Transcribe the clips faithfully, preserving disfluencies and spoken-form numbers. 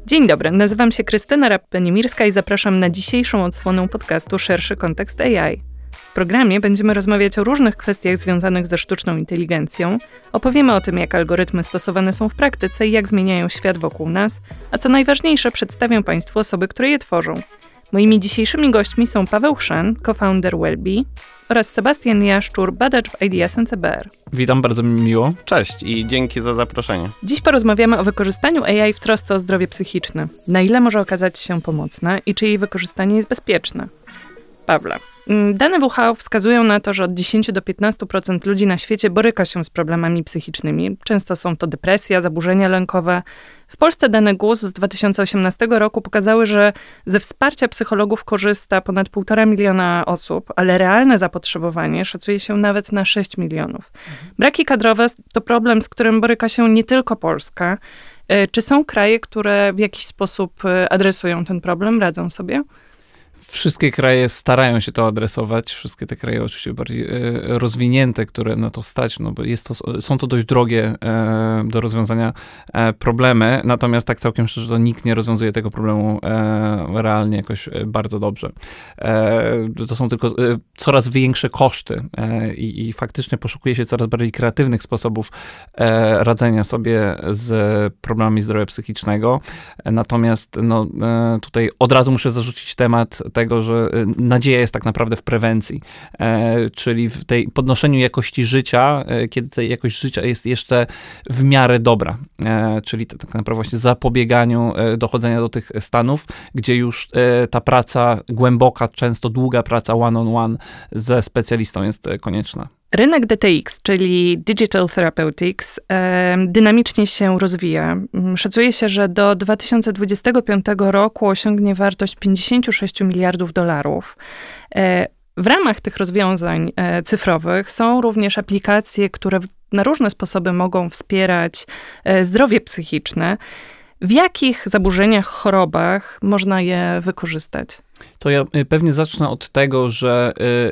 Dzień dobry, nazywam się Krystyna Rapp-Nimirska i zapraszam na dzisiejszą odsłonę podcastu Szerszy kontekst A I. W programie będziemy rozmawiać o różnych kwestiach związanych ze sztuczną inteligencją, opowiemy o tym, jak algorytmy stosowane są w praktyce i jak zmieniają świat wokół nas, a co najważniejsze, przedstawię Państwu osoby, które je tworzą. Moimi dzisiejszymi gośćmi są Paweł Chrzan, co-founder Wellbe, oraz Sebastian Jaszczur, badacz w Ideas N C B R. Witam, bardzo mi miło. Cześć i dzięki za zaproszenie. Dziś porozmawiamy o wykorzystaniu A I w trosce o zdrowie psychiczne. Na ile może okazać się pomocne i czy jej wykorzystanie jest bezpieczne? Pawle, dane W H O wskazują na to, że od dziesięć do piętnastu procent ludzi na świecie boryka się z problemami psychicznymi. Często są to depresja, zaburzenia lękowe. W Polsce dane G U S z dwa tysiące osiemnastego roku pokazały, że ze wsparcia psychologów korzysta ponad półtora miliona osób, ale realne zapotrzebowanie szacuje się nawet na sześć milionów. Braki kadrowe to problem, z którym boryka się nie tylko Polska. Czy są kraje, które w jakiś sposób adresują ten problem, radzą sobie? Wszystkie kraje starają się to adresować, wszystkie te kraje oczywiście bardziej e, rozwinięte, które na to stać, no bo jest to, są to dość drogie e, do rozwiązania e, problemy, natomiast tak całkiem szczerze, to nikt nie rozwiązuje tego problemu e, realnie jakoś bardzo dobrze. E, to są tylko e, coraz większe koszty e, i, i faktycznie poszukuje się coraz bardziej kreatywnych sposobów e, radzenia sobie z problemami zdrowia psychicznego, e, natomiast no, e, tutaj od razu muszę zarzucić temat tego, że nadzieja jest tak naprawdę w prewencji, e, czyli w tej podnoszeniu jakości życia, e, kiedy ta jakość życia jest jeszcze w miarę dobra, e, czyli tak naprawdę właśnie zapobieganiu e, dochodzenia do tych stanów, gdzie już e, ta praca głęboka, często długa praca one-on-one ze specjalistą jest e, konieczna. Rynek D T X, czyli Digital Therapeutics, e, dynamicznie się rozwija. Szacuje się, że do dwa tysiące dwudziestego piątego roku osiągnie wartość pięćdziesiąt sześć miliardów dolarów. E, w ramach tych rozwiązań e, cyfrowych są również aplikacje, które na różne sposoby mogą wspierać e, zdrowie psychiczne. W jakich zaburzeniach, chorobach można je wykorzystać? To ja pewnie zacznę od tego, że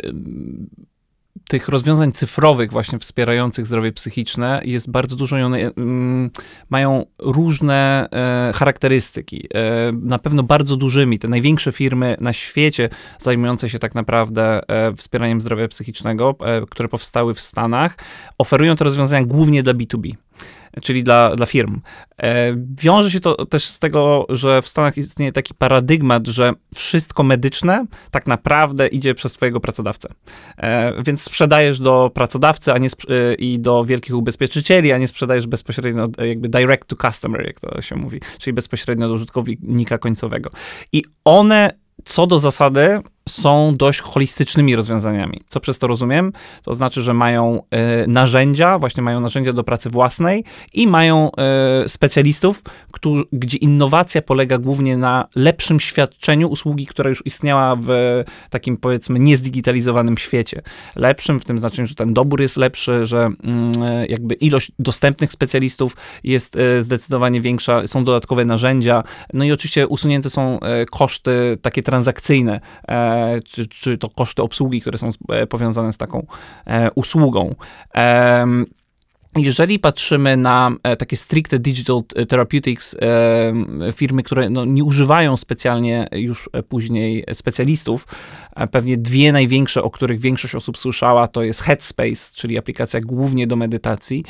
y, tych rozwiązań cyfrowych właśnie wspierających zdrowie psychiczne jest bardzo dużo i one mm, mają różne e, charakterystyki. E, na pewno bardzo dużymi, te największe firmy na świecie zajmujące się tak naprawdę e, wspieraniem zdrowia psychicznego, e, które powstały w Stanach, oferują te rozwiązania głównie dla B dwa B. Czyli dla, dla firm. E, wiąże się to też z tego, że w Stanach istnieje taki paradygmat, że wszystko medyczne tak naprawdę idzie przez twojego pracodawcę. E, więc sprzedajesz do pracodawcy a nie sp- e, i do wielkich ubezpieczycieli, a nie sprzedajesz bezpośrednio, jakby direct to customer, jak to się mówi, czyli bezpośrednio do użytkownika końcowego. I one co do zasady są dość holistycznymi rozwiązaniami. Co przez to rozumiem? To znaczy, że mają e, narzędzia, właśnie mają narzędzia do pracy własnej i mają e, specjalistów, którzy, gdzie innowacja polega głównie na lepszym świadczeniu usługi, która już istniała w takim, powiedzmy, niezdigitalizowanym świecie. Lepszym w tym znaczeniu, że ten dobór jest lepszy, że mm, jakby ilość dostępnych specjalistów jest e, zdecydowanie większa, są dodatkowe narzędzia, no i oczywiście usunięte są e, koszty takie transakcyjne, e, Czy, czy to koszty obsługi, które są powiązane z taką e, usługą. E, Jeżeli patrzymy na e, takie stricte digital therapeutics, e, firmy, które no, nie używają specjalnie już e, później specjalistów, e, pewnie dwie największe, o których większość osób słyszała, to jest Headspace, czyli aplikacja głównie do medytacji,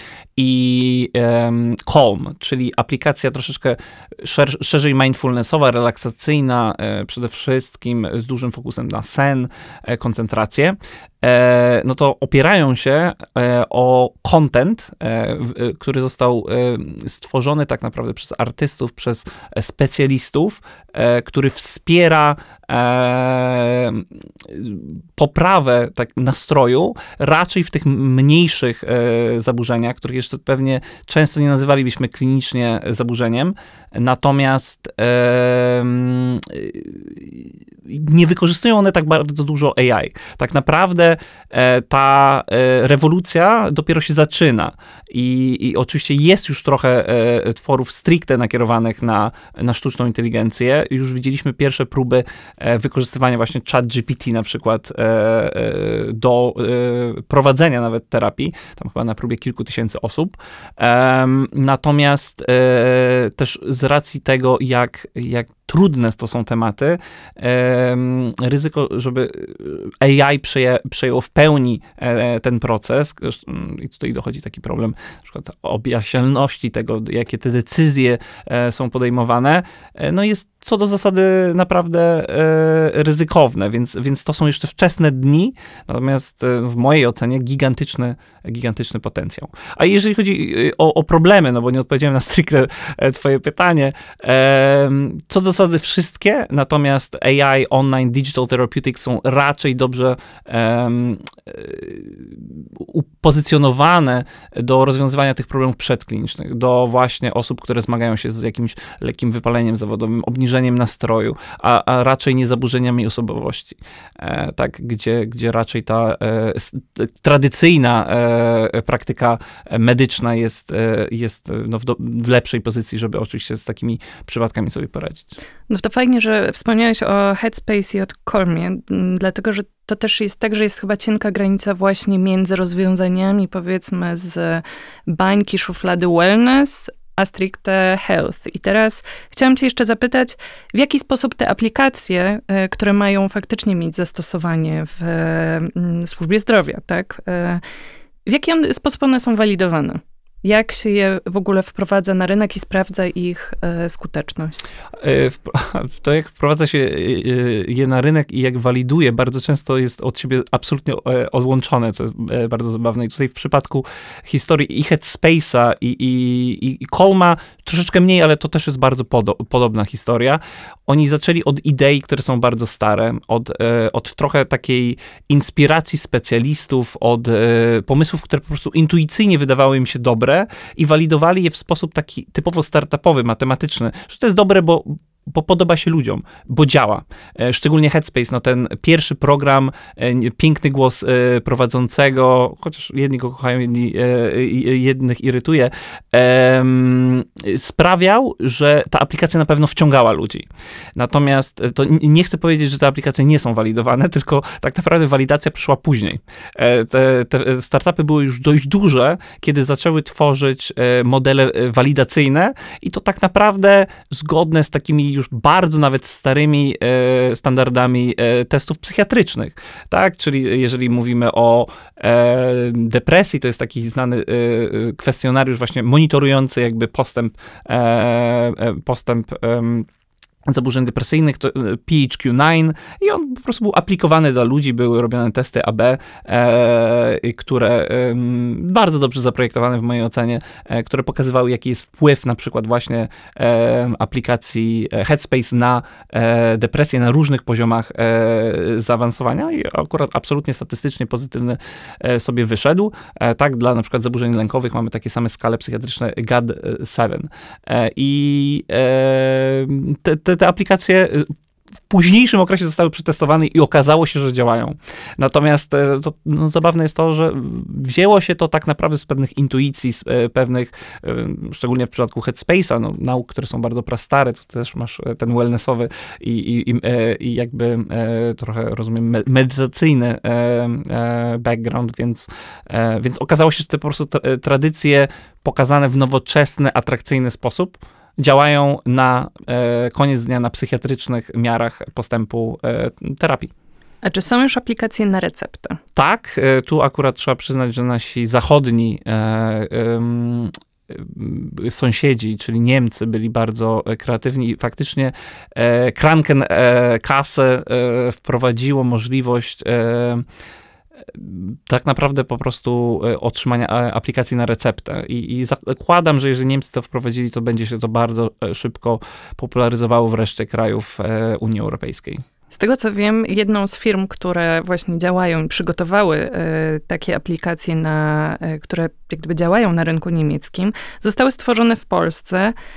i e, Calm, czyli aplikacja troszeczkę szer- szerzej mindfulnessowa, relaksacyjna, e, przede wszystkim z dużym fokusem na sen, e, koncentrację. E, no to opierają się e, o content, e, w, e, który został e, stworzony tak naprawdę przez artystów, przez specjalistów, e, który wspiera e, poprawę tak, nastroju, raczej w tych mniejszych e, zaburzeniach, których jeszcze pewnie często nie nazywalibyśmy klinicznie zaburzeniem, natomiast e, nie wykorzystują one tak bardzo dużo A I. Tak naprawdę e, ta e, rewolucja dopiero się zaczyna i, i oczywiście jest już trochę e, tworów stricte nakierowanych na, na sztuczną inteligencję. Już widzieliśmy pierwsze próby e, wykorzystywania właśnie ChatGPT na przykład e, e, do e, prowadzenia nawet terapii, tam chyba na próbie kilku tysięcy osób. E, natomiast e, też z racji tego, jak, jak trudne to są tematy, e, ryzyko, żeby A I przeję, przejęło w pełni e, ten proces, i tutaj dochodzi taki problem na przykład objaśnialności tego, jakie te decyzje e, są podejmowane, e, no jest co do zasady naprawdę e, ryzykowne, więc, więc to są jeszcze wczesne dni, natomiast e, w mojej ocenie gigantyczny, gigantyczny potencjał. A jeżeli chodzi o, o problemy, no bo nie odpowiedziałem na stricte twoje pytanie, e, co do zasady wszystkie, natomiast A I, online, digital therapeutics są raczej dobrze e, upozycjonowane do rozwiązywania tych problemów przedklinicznych, do właśnie osób, które zmagają się z jakimś lekkim wypaleniem zawodowym, obniżeniem nastroju, a, a raczej nie zaburzeniami osobowości. E, tak, gdzie, gdzie raczej ta e, tradycyjna e, praktyka medyczna jest, e, jest no, w, do, w lepszej pozycji, żeby oczywiście z takimi przypadkami sobie poradzić. No to fajnie, że wspomniałeś o Headspace i o Calmie, dlatego, że to też jest tak, że jest chyba cienka granica właśnie między rozwiązaniami, powiedzmy, z bańki, szuflady wellness, a stricte health. I teraz chciałam cię jeszcze zapytać, w jaki sposób te aplikacje, które mają faktycznie mieć zastosowanie w służbie zdrowia, tak? W jaki on, sposób one są walidowane? Jak się je w ogóle wprowadza na rynek i sprawdza ich e, skuteczność? To, jak wprowadza się je na rynek i jak waliduje, bardzo często jest od siebie absolutnie odłączone, co jest bardzo zabawne. I tutaj w przypadku historii i Headspace'a i, i, i Calma troszeczkę mniej, ale to też jest bardzo podo podobna historia. Oni zaczęli od idei, które są bardzo stare, od, od trochę takiej inspiracji specjalistów, od pomysłów, które po prostu intuicyjnie wydawały im się dobre, i walidowali je w sposób taki typowo startupowy, matematyczny, że to jest dobre, bo bo podoba się ludziom, bo działa. Szczególnie Headspace, no ten pierwszy program, piękny głos prowadzącego, chociaż jedni go kochają, jedni, jednych irytuje, sprawiał, że ta aplikacja na pewno wciągała ludzi. Natomiast to nie chcę powiedzieć, że te aplikacje nie są walidowane, tylko tak naprawdę walidacja przyszła później. Te, te startupy były już dość duże, kiedy zaczęły tworzyć modele walidacyjne i to tak naprawdę zgodne z takimi już bardzo nawet starymi e, standardami e, testów psychiatrycznych, tak? Czyli jeżeli mówimy o e, depresji, to jest taki znany e, kwestionariusz właśnie monitorujący jakby postęp, e, postęp e, zaburzeń depresyjnych, to P H Q dziewięć i on po prostu był aplikowany dla ludzi, były robione testy A B, e, które e, bardzo dobrze zaprojektowane w mojej ocenie, e, które pokazywały, jaki jest wpływ na przykład właśnie e, aplikacji Headspace na e, depresję na różnych poziomach e, zaawansowania i akurat absolutnie statystycznie pozytywny e, sobie wyszedł. E, tak, dla na przykład zaburzeń lękowych mamy takie same skale psychiatryczne G A D siedem. E, I e, te, te Te aplikacje w późniejszym okresie zostały przetestowane i okazało się, że działają. Natomiast to, no, zabawne jest to, że wzięło się to tak naprawdę z pewnych intuicji, z pewnych, szczególnie w przypadku Headspace'a, no, nauk, które są bardzo prastare, to też masz ten wellnessowy i, i, i jakby trochę, rozumiem, medytacyjny background, więc, więc okazało się, że te po prostu tradycje pokazane w nowoczesny, atrakcyjny sposób działają na e, koniec dnia na psychiatrycznych miarach postępu e, terapii. A czy są już aplikacje na receptę? Tak, e, tu akurat trzeba przyznać, że nasi zachodni e, e, sąsiedzi, czyli Niemcy, byli bardzo kreatywni i faktycznie e, Krankenkasse e, wprowadziło możliwość e, tak naprawdę po prostu otrzymania aplikacji na receptę. I, i zakładam, że jeżeli Niemcy to wprowadzili, to będzie się to bardzo szybko popularyzowało w reszcie krajów Unii Europejskiej. Z tego co wiem, jedną z firm, które właśnie działają i przygotowały y, takie aplikacje, na, y, które jak gdyby działają na rynku niemieckim, zostały stworzone w Polsce.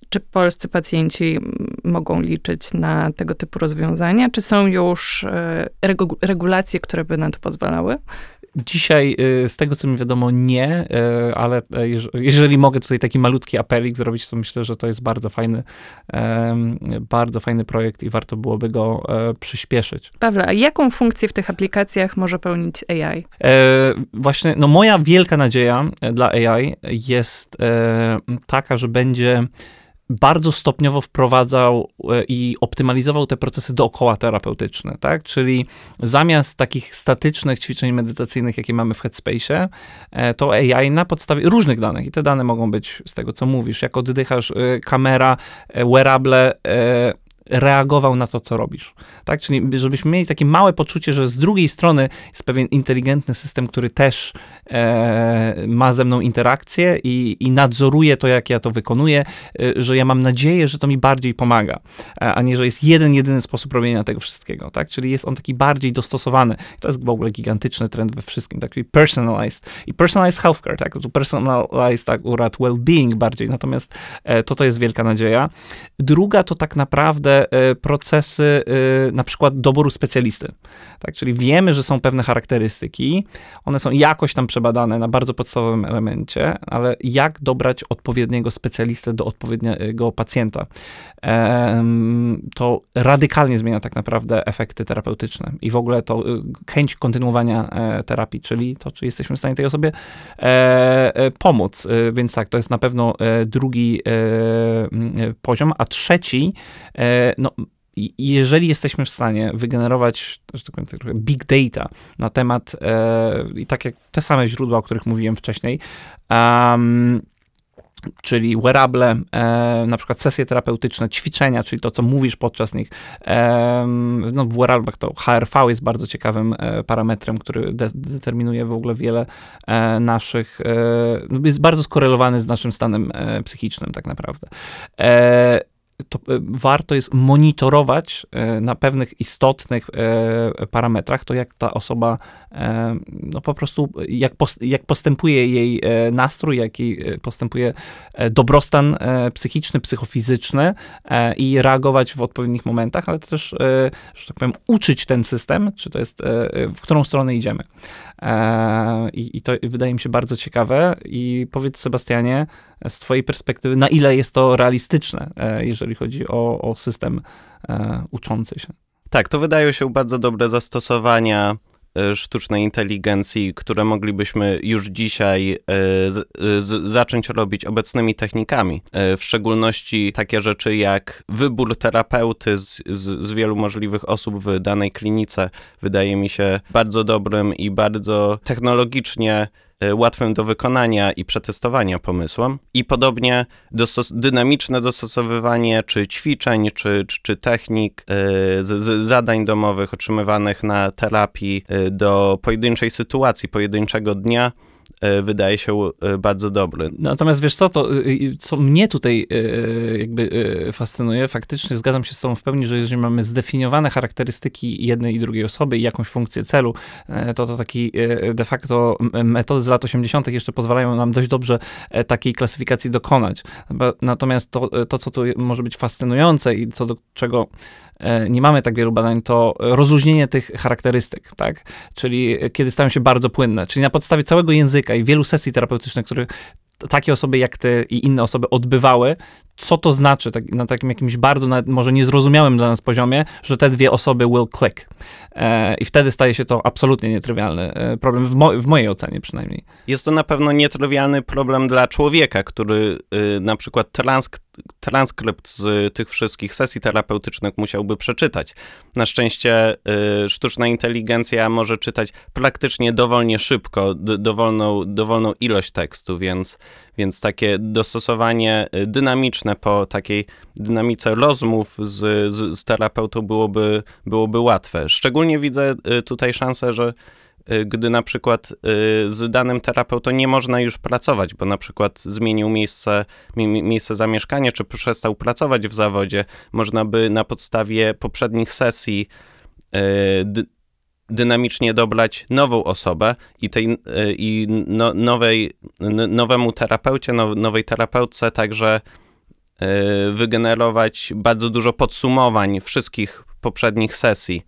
czy polscy pacjenci mogą liczyć na tego typu rozwiązania? Czy są już regu- regulacje, które by na to pozwalały? Dzisiaj, z tego co mi wiadomo, nie, ale jeżeli mogę tutaj taki malutki apelik zrobić, to myślę, że to jest bardzo fajny, bardzo fajny projekt i warto byłoby go przyspieszyć. Pawle, a jaką funkcję w tych aplikacjach może pełnić A I? Właśnie, no moja wielka nadzieja dla A I jest taka, że będzie bardzo stopniowo wprowadzał i optymalizował te procesy dookoła terapeutyczne, tak? Czyli zamiast takich statycznych ćwiczeń medytacyjnych, jakie mamy w Headspace'ie, to A I na podstawie różnych danych, i te dane mogą być z tego, co mówisz, jak oddychasz, kamera, wearable, reagował na to, co robisz. Tak? Czyli żebyśmy mieli takie małe poczucie, że z drugiej strony jest pewien inteligentny system, który też e, ma ze mną interakcję i, i nadzoruje to, jak ja to wykonuję, e, że ja mam nadzieję, że to mi bardziej pomaga, a, a nie, że jest jeden, jedyny sposób robienia tego wszystkiego. Tak? Czyli jest on taki bardziej dostosowany. To jest w ogóle gigantyczny trend we wszystkim. Tak? Czyli personalized. I personalized healthcare. Tak? To personalized akurat well-being bardziej. Natomiast e, to to jest wielka nadzieja. Druga to tak naprawdę procesy na przykład doboru specjalisty. Tak, czyli wiemy, że są pewne charakterystyki, one są jakoś tam przebadane na bardzo podstawowym elemencie, ale jak dobrać odpowiedniego specjalistę do odpowiedniego pacjenta? To radykalnie zmienia tak naprawdę efekty terapeutyczne i w ogóle to chęć kontynuowania terapii, czyli to, czy jesteśmy w stanie tej osobie pomóc. Więc tak, to jest na pewno drugi poziom, a trzeci, no, jeżeli jesteśmy w stanie wygenerować, że tak powiem, trochę big data na temat, e, i tak jak te same źródła, o których mówiłem wcześniej, um, czyli wearable, e, na przykład sesje terapeutyczne, ćwiczenia, czyli to, co mówisz podczas nich. E, no w wearablach to H R V jest bardzo ciekawym e, parametrem, który de- determinuje w ogóle wiele e, naszych, e, jest bardzo skorelowany z naszym stanem e, psychicznym tak naprawdę. E, to warto jest monitorować na pewnych istotnych parametrach to, jak ta osoba, no po prostu, jak, post, jak postępuje jej nastrój, jak jej postępuje dobrostan psychiczny, psychofizyczny i reagować w odpowiednich momentach, ale to też, że tak powiem, uczyć ten system, czy to jest, w którą stronę idziemy. I, i to wydaje mi się bardzo ciekawe. I powiedz, Sebastianie, z twojej perspektywy, na ile jest to realistyczne, jeżeli chodzi o, o system uczący się? Tak, to wydają się bardzo dobre zastosowania sztucznej inteligencji, które moglibyśmy już dzisiaj z, z, zacząć robić obecnymi technikami. W szczególności takie rzeczy jak wybór terapeuty z, z, z wielu możliwych osób w danej klinice wydaje mi się bardzo dobrym i bardzo technologicznie łatwym do wykonania i przetestowania pomysłem. I podobnie dostos- dynamiczne dostosowywanie czy ćwiczeń, czy, czy, czy technik, yy, z, z zadań domowych otrzymywanych na terapii yy, do pojedynczej sytuacji, pojedynczego dnia, wydaje się bardzo dobry. Natomiast wiesz co, to co mnie tutaj jakby fascynuje, faktycznie zgadzam się z tobą w pełni, że jeżeli mamy zdefiniowane charakterystyki jednej i drugiej osoby i jakąś funkcję celu, to to taki de facto metody z lat osiemdziesiątych jeszcze pozwalają nam dość dobrze takiej klasyfikacji dokonać. Natomiast to, to co tu może być fascynujące i co do czego nie mamy tak wielu badań, to rozluźnienie tych charakterystyk, tak? Czyli kiedy stają się bardzo płynne, czyli na podstawie całego języka i wielu sesji terapeutycznych, które takie osoby jak ty i inne osoby odbywały, co to znaczy tak, na takim jakimś bardzo, nawet może niezrozumiałym dla nas poziomie, że te dwie osoby will click. E, I wtedy staje się to absolutnie nietrywialny problem, w, mo- w mojej ocenie przynajmniej. Jest to na pewno nietrywialny problem dla człowieka, który y, na przykład transk- transkrypt z tych wszystkich sesji terapeutycznych musiałby przeczytać. Na szczęście y, sztuczna inteligencja może czytać praktycznie dowolnie szybko, d- dowolną, dowolną ilość tekstu, więc, więc takie dostosowanie dynamiczne po takiej dynamice rozmów z, z, z terapeutą byłoby, byłoby łatwe. Szczególnie widzę tutaj szansę, że gdy na przykład z danym terapeutą nie można już pracować, bo na przykład zmienił miejsce, miejsce zamieszkania, czy przestał pracować w zawodzie, można by na podstawie poprzednich sesji dy, dynamicznie dobrać nową osobę i tej i no, nowej, nowemu terapeucie, now, nowej terapeutce także wygenerować bardzo dużo podsumowań wszystkich poprzednich sesji,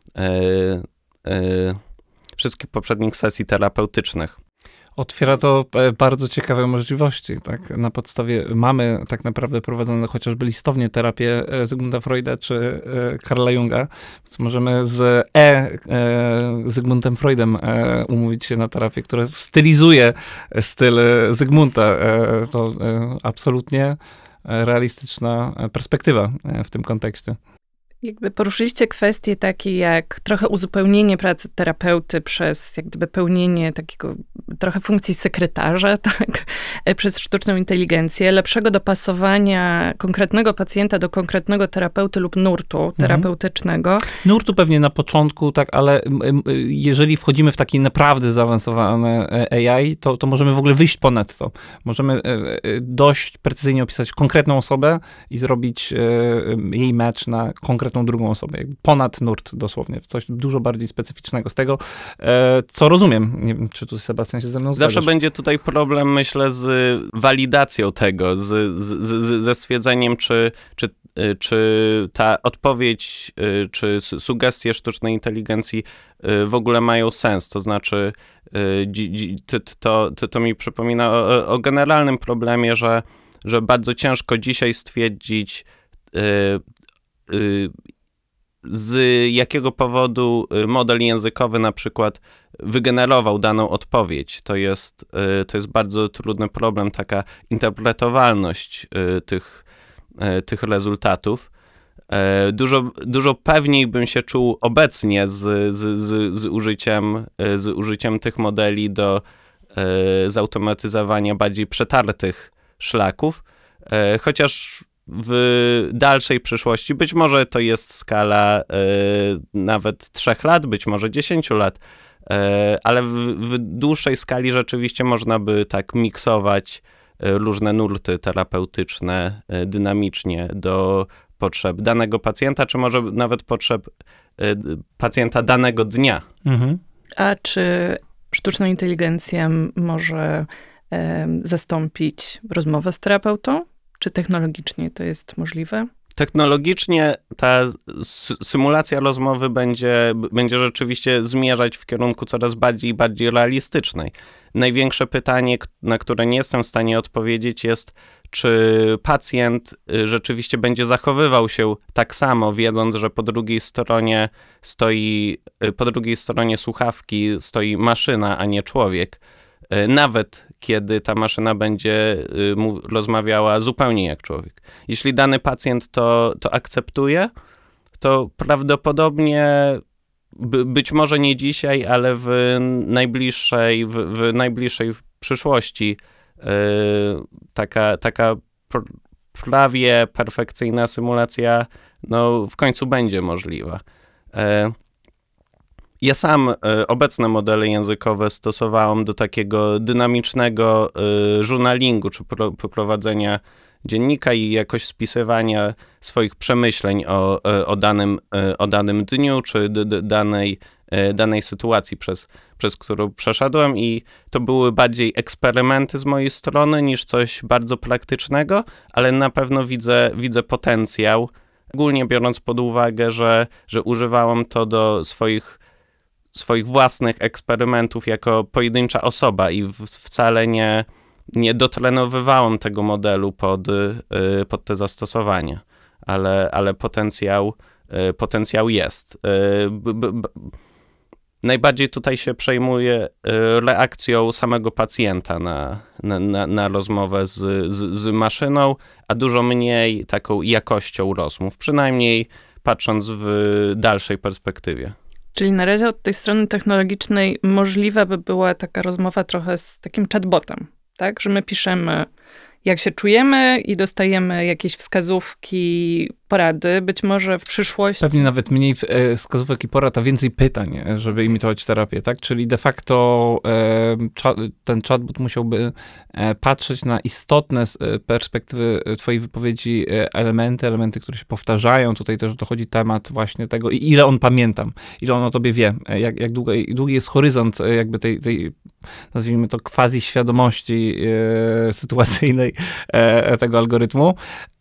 wszystkich poprzednich sesji terapeutycznych. Otwiera to bardzo ciekawe możliwości, tak? Na podstawie mamy tak naprawdę prowadzone chociażby listownie terapię Zygmunta Freuda czy Carla Junga, więc możemy z E Zygmuntem Freudem umówić się na terapię, która stylizuje styl Zygmunta. To absolutnie realistyczna perspektywa w tym kontekście. Jakby poruszyliście kwestie takie jak trochę uzupełnienie pracy terapeuty przez jak gdyby pełnienie takiego trochę funkcji sekretarza, tak, przez sztuczną inteligencję, lepszego dopasowania konkretnego pacjenta do konkretnego terapeuty lub nurtu terapeutycznego. Mhm. Nurtu pewnie na początku, tak, ale jeżeli wchodzimy w takie naprawdę zaawansowane A I, to, to możemy w ogóle wyjść ponad to. Możemy dość precyzyjnie opisać konkretną osobę i zrobić jej match na konkretną drugą osobę, jakby ponad nurt dosłownie, coś dużo bardziej specyficznego z tego, co rozumiem. Nie wiem, czy tu Sebastian się ze mną zgadzasz? Zawsze będzie tutaj problem, myślę, z walidacją tego, z, z, z, ze stwierdzeniem, czy, czy, czy ta odpowiedź, czy sugestie sztucznej inteligencji w ogóle mają sens. To znaczy, to, to, to, to mi przypomina o, o generalnym problemie, że, że bardzo ciężko dzisiaj stwierdzić, z jakiego powodu model językowy na przykład wygenerował daną odpowiedź. To jest, to jest bardzo trudny problem, taka interpretowalność tych, tych rezultatów. Dużo, dużo pewniej bym się czuł obecnie z, z, z, z, użyciem, z użyciem tych modeli do zautomatyzowania bardziej przetartych szlaków, chociaż w dalszej przyszłości, być może to jest skala y, nawet trzech lat, być może dziesięciu lat, y, ale w, w dłuższej skali rzeczywiście można by tak miksować y, różne nurty terapeutyczne y, dynamicznie do potrzeb danego pacjenta, czy może nawet potrzeb y, pacjenta danego dnia. Mhm. A czy sztuczna inteligencja może y, zastąpić rozmowę z terapeutą? Czy technologicznie to jest możliwe? Technologicznie ta symulacja rozmowy będzie, będzie rzeczywiście zmierzać w kierunku coraz bardziej i bardziej realistycznej. Największe pytanie, na które nie jestem w stanie odpowiedzieć, jest, czy pacjent rzeczywiście będzie zachowywał się tak samo, wiedząc, że po drugiej stronie stoi, po drugiej stronie słuchawki stoi maszyna, a nie człowiek. Nawet kiedy ta maszyna będzie mu rozmawiała zupełnie jak człowiek. Jeśli dany pacjent to, to akceptuje, to prawdopodobnie by, być może nie dzisiaj, ale w najbliższej, w, w najbliższej przyszłości yy, taka, taka pr- prawie perfekcyjna symulacja no, w końcu będzie możliwa. Yy. Ja sam y, obecne modele językowe stosowałem do takiego dynamicznego y, żurnalingu, czy pro, prowadzenia dziennika i jakoś spisywania swoich przemyśleń o, y, o, danym, y, o danym dniu, czy d, d, danej, y, danej sytuacji, przez, przez którą przeszedłem, i to były bardziej eksperymenty z mojej strony niż coś bardzo praktycznego, ale na pewno widzę, widzę potencjał, ogólnie biorąc pod uwagę, że, że używałem to do swoich swoich własnych eksperymentów jako pojedyncza osoba i w, wcale nie, nie dotrenowywałem tego modelu pod, y, pod te zastosowania, ale, ale potencjał, y, potencjał jest. Y, b, b, b, najbardziej tutaj się przejmuję y, reakcją samego pacjenta na, na, na, na rozmowę z, z, z maszyną, a dużo mniej taką jakością rozmów, przynajmniej patrząc w dalszej perspektywie. Czyli na razie od tej strony technologicznej możliwa by była taka rozmowa trochę z takim chatbotem, tak? Że my piszemy, jak się czujemy i dostajemy jakieś wskazówki, porady, być może w przyszłości. Pewnie nawet mniej wskazówek i porad, a więcej pytań, żeby imitować terapię, tak? Czyli de facto e, ten chatbot musiałby patrzeć na istotne z perspektywy twojej wypowiedzi elementy, elementy, które się powtarzają. Tutaj też dochodzi temat właśnie tego, ile on pamiętam, ile on o tobie wie, jak, jak długi, długi jest horyzont jakby tej, tej nazwijmy to quasi świadomości e, sytuacyjnej e, tego algorytmu.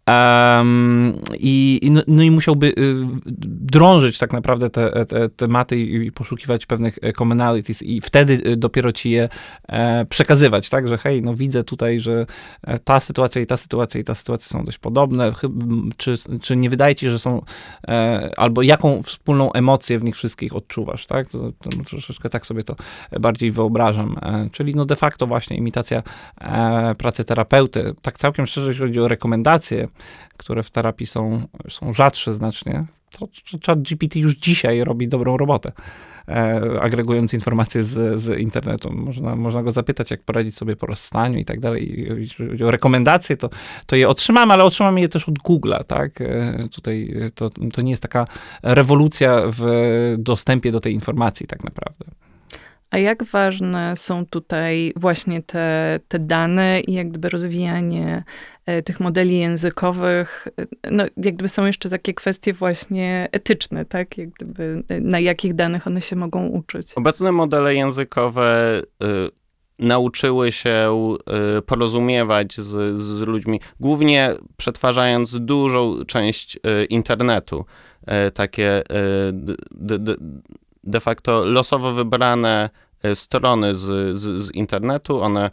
Um, i, i, no, no i musiałby y, drążyć tak naprawdę te, te tematy i, i poszukiwać pewnych commonalities i wtedy dopiero ci je e, przekazywać, tak, że hej, no widzę tutaj, że ta sytuacja i ta sytuacja i ta sytuacja są dość podobne, czy, czy nie wydaje ci, że są, e, albo jaką wspólną emocję w nich wszystkich odczuwasz, tak, to, to troszeczkę tak sobie to bardziej wyobrażam, e, czyli no de facto właśnie imitacja e, pracy terapeuty, tak całkiem szczerze, jeśli chodzi o rekomendacje, które w terapii są, są rzadsze znacznie, to ChatGPT już dzisiaj robi dobrą robotę, e, agregując informacje z, z internetu. Można, można go zapytać, jak poradzić sobie po rozstaniu i tak dalej. Jeśli chodzi o rekomendacje, to, to je otrzymam, ale otrzymam je też od Google'a, tak? E, tutaj to, to nie jest taka rewolucja w dostępie do tej informacji tak naprawdę. A jak ważne są tutaj właśnie te, te dane i jak gdyby rozwijanie e, tych modeli językowych? No, jak gdyby są jeszcze takie kwestie właśnie etyczne, tak? Jak gdyby, na jakich danych one się mogą uczyć? Obecne modele językowe y, nauczyły się y, porozumiewać z, z ludźmi, głównie przetwarzając dużą część y, internetu. Y, takie y, d, d, de facto losowo wybrane strony z, z, z internetu, one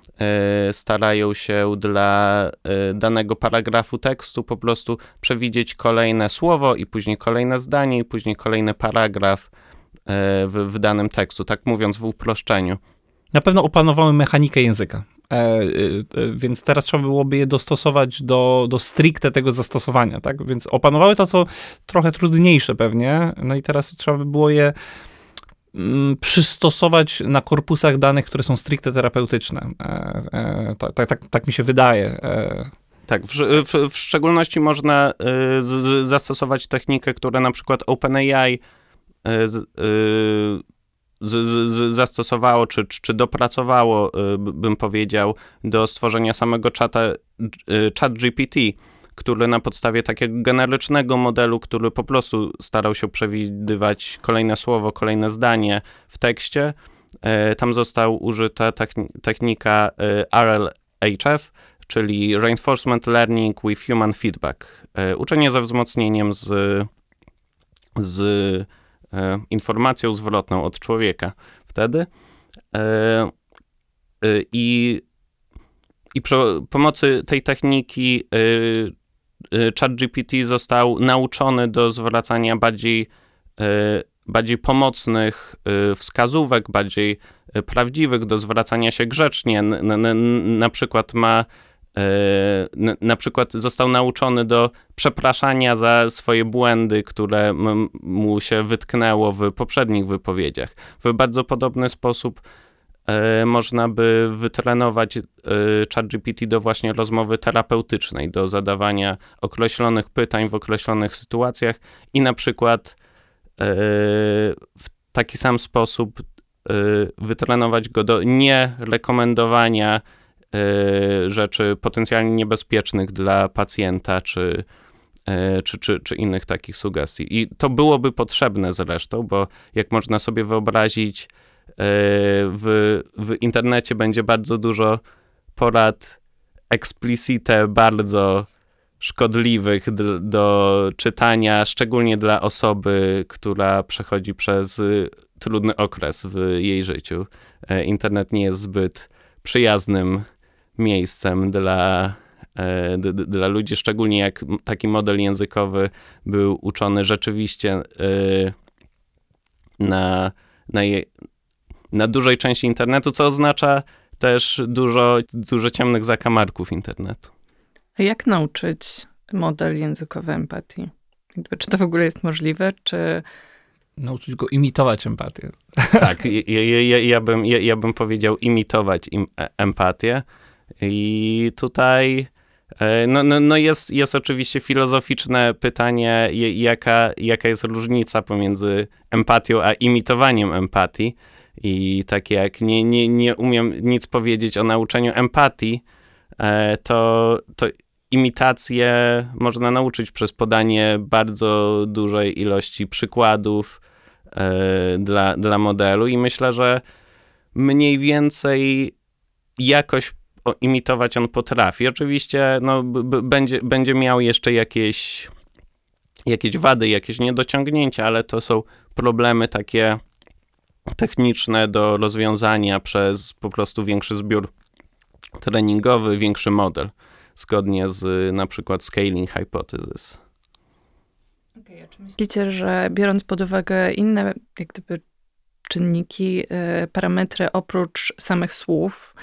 y, starają się dla y, danego paragrafu tekstu po prostu przewidzieć kolejne słowo i później kolejne zdanie i później kolejny paragraf y, w, w danym tekstu, tak mówiąc w uproszczeniu. Na pewno opanowały mechanikę języka. E, e, więc teraz trzeba byłoby je dostosować do, do stricte tego zastosowania, tak? Więc opanowały to, co trochę trudniejsze pewnie, no i teraz trzeba by było je mm, przystosować na korpusach danych, które są stricte terapeutyczne. E, e, tak, tak, tak, tak mi się wydaje. E. Tak, w, w, w szczególności można y, z, zastosować technikę, która na przykład OpenAI y, z, y, Z, z, zastosowało, czy, czy dopracowało, bym powiedział, do stworzenia samego czata ChatGPT, który na podstawie takiego generycznego modelu, który po prostu starał się przewidywać kolejne słowo, kolejne zdanie w tekście, tam została użyta technika R L H F, czyli Reinforcement Learning with Human Feedback. Uczenie ze wzmocnieniem z, z informacją zwrotną od człowieka wtedy. I, i przy pomocy tej techniki ChatGPT został nauczony do zwracania bardziej, bardziej pomocnych wskazówek, bardziej prawdziwych, do zwracania się grzecznie. Na, na, na przykład ma Na, na przykład został nauczony do przepraszania za swoje błędy, które m, mu się wytknęło w poprzednich wypowiedziach. W bardzo podobny sposób e, można by wytrenować e, ChatGPT do właśnie rozmowy terapeutycznej, do zadawania określonych pytań w określonych sytuacjach i na przykład e, w taki sam sposób e, wytrenować go do nierekomendowania rzeczy potencjalnie niebezpiecznych dla pacjenta, czy, czy, czy, czy innych takich sugestii. I to byłoby potrzebne zresztą, bo jak można sobie wyobrazić, w, w internecie będzie bardzo dużo porad explicite, bardzo szkodliwych do, do czytania, szczególnie dla osoby, która przechodzi przez trudny okres w jej życiu. Internet nie jest zbyt przyjaznym miejscem dla, e, d, d, dla ludzi, szczególnie jak taki model językowy był uczony rzeczywiście e, na, na, je, na dużej części internetu, co oznacza też dużo, dużo ciemnych zakamarków internetu. A jak nauczyć model językowy empatii? Czy to w ogóle jest możliwe, czy... Nauczyć go imitować empatię. Tak, ja, ja, ja, bym, ja, ja bym powiedział imitować im, empatię. I tutaj no, no, no jest, jest oczywiście filozoficzne pytanie, jaka, jaka jest różnica pomiędzy empatią a imitowaniem empatii. I tak jak nie, nie, nie umiem nic powiedzieć o nauczeniu empatii, to, to imitację można nauczyć przez podanie bardzo dużej ilości przykładów dla, dla modelu i myślę, że mniej więcej jakoś imitować on potrafi. Oczywiście no, b- będzie, będzie miał jeszcze jakieś, jakieś wady, jakieś niedociągnięcia, ale to są problemy takie techniczne do rozwiązania przez po prostu większy zbiór treningowy, większy model, zgodnie z na przykład scaling hypothesis. Okay, a czy myślicie, że biorąc pod uwagę inne jak gdyby czynniki, parametry oprócz samych słów,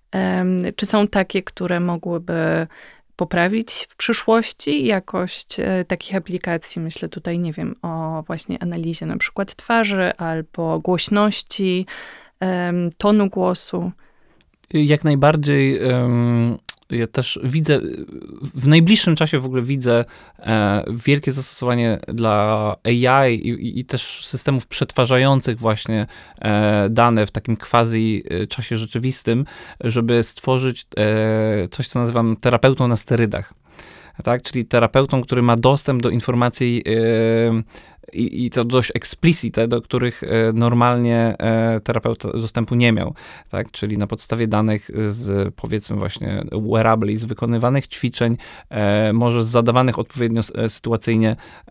czy są takie, które mogłyby poprawić w przyszłości jakość takich aplikacji? Myślę tutaj, nie wiem, o właśnie analizie na przykład twarzy albo głośności, tonu głosu. Jak najbardziej. Um... Ja też widzę, w najbliższym czasie w ogóle widzę e, wielkie zastosowanie dla A I i, i też systemów przetwarzających właśnie e, dane w takim quasi czasie rzeczywistym, żeby stworzyć e, coś, co nazywam terapeutą na sterydach. Tak? Czyli terapeutą, który ma dostęp do informacji e, I, i to dość explicite, do których normalnie terapeuta dostępu nie miał, tak? Czyli na podstawie danych z, powiedzmy właśnie wearabli, z wykonywanych ćwiczeń, e, może z zadawanych odpowiednio sytuacyjnie e,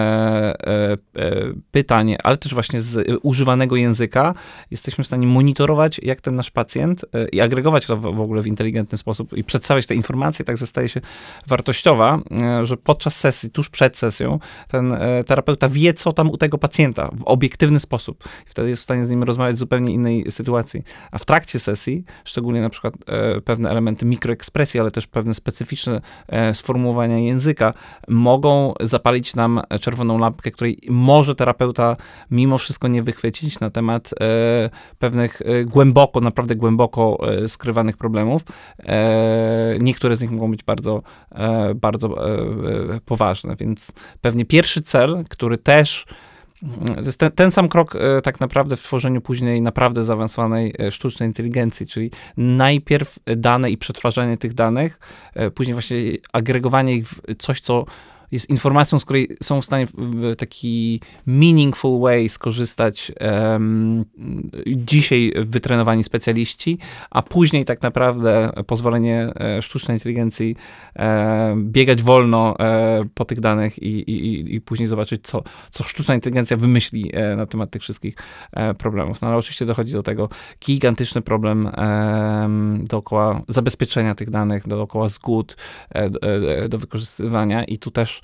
e, pytań, ale też właśnie z używanego języka, jesteśmy w stanie monitorować, jak ten nasz pacjent e, i agregować to w, w ogóle w inteligentny sposób i przedstawiać te informacje, tak że staje się wartościowa, e, że podczas sesji, tuż przed sesją, ten e, terapeuta wie, co tam u tego pacjenta w obiektywny sposób. I wtedy jest w stanie z nim rozmawiać w zupełnie innej sytuacji. A w trakcie sesji, szczególnie na przykład e, pewne elementy mikroekspresji, ale też pewne specyficzne e, sformułowania języka mogą zapalić nam czerwoną lampkę, której może terapeuta mimo wszystko nie wychwycić na temat e, pewnych e, głęboko, naprawdę głęboko e, skrywanych problemów. E, niektóre z nich mogą być bardzo, e, bardzo e, poważne, więc pewnie pierwszy cel, który też Też, to jest ten, ten sam krok e, tak naprawdę w tworzeniu później naprawdę zaawansowanej e, sztucznej inteligencji, czyli najpierw dane i przetwarzanie tych danych, e, później właśnie agregowanie ich w coś, co jest informacją, z której są w stanie w taki meaningful way skorzystać um, dzisiaj wytrenowani specjaliści, a później tak naprawdę pozwolenie e, sztucznej inteligencji e, biegać wolno e, po tych danych i, i, i później zobaczyć, co, co sztuczna inteligencja wymyśli e, na temat tych wszystkich e, problemów. No ale oczywiście dochodzi do tego gigantyczny problem e, dookoła zabezpieczenia tych danych, dookoła zgód e, e, do wykorzystywania i tu też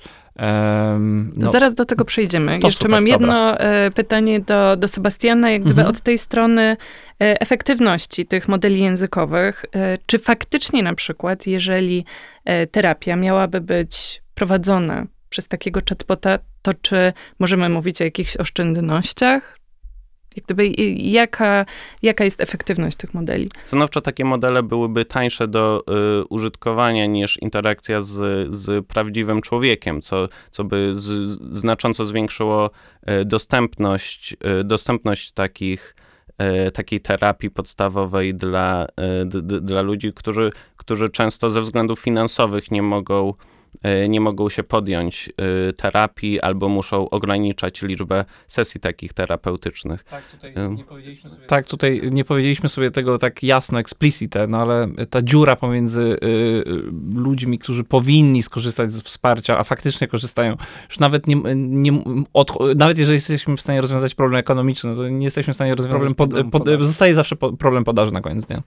Um, no, to zaraz do tego przejdziemy. To Jeszcze super, mam jedno dobra. e, pytanie do, do Sebastiana, jak gdyby mhm. od tej strony e, efektywności tych modeli językowych. E, czy faktycznie na przykład, jeżeli e, terapia miałaby być prowadzona przez takiego chatbota, to czy możemy mówić o jakichś oszczędnościach? Jak gdyby, jaka, jaka jest efektywność tych modeli? Stanowczo takie modele byłyby tańsze do y, użytkowania niż interakcja z, z prawdziwym człowiekiem, co, co by z, znacząco zwiększyło y, dostępność, y, dostępność takich, y, takiej terapii podstawowej dla, y, d, d, dla ludzi, którzy, którzy często ze względów finansowych nie mogą nie mogą się podjąć y, terapii albo muszą ograniczać liczbę sesji takich terapeutycznych. Tak, tutaj nie powiedzieliśmy sobie, tak, tutaj nie powiedzieliśmy sobie tego tak jasno, explicite, no ale ta dziura pomiędzy y, ludźmi, którzy powinni skorzystać z wsparcia, a faktycznie korzystają, już nawet nie, nie od, nawet jeżeli jesteśmy w stanie rozwiązać problem ekonomiczny, no to nie jesteśmy w stanie rozwiązać problem, pod, pod, zostaje zawsze po, problem podaży na koniec dnia.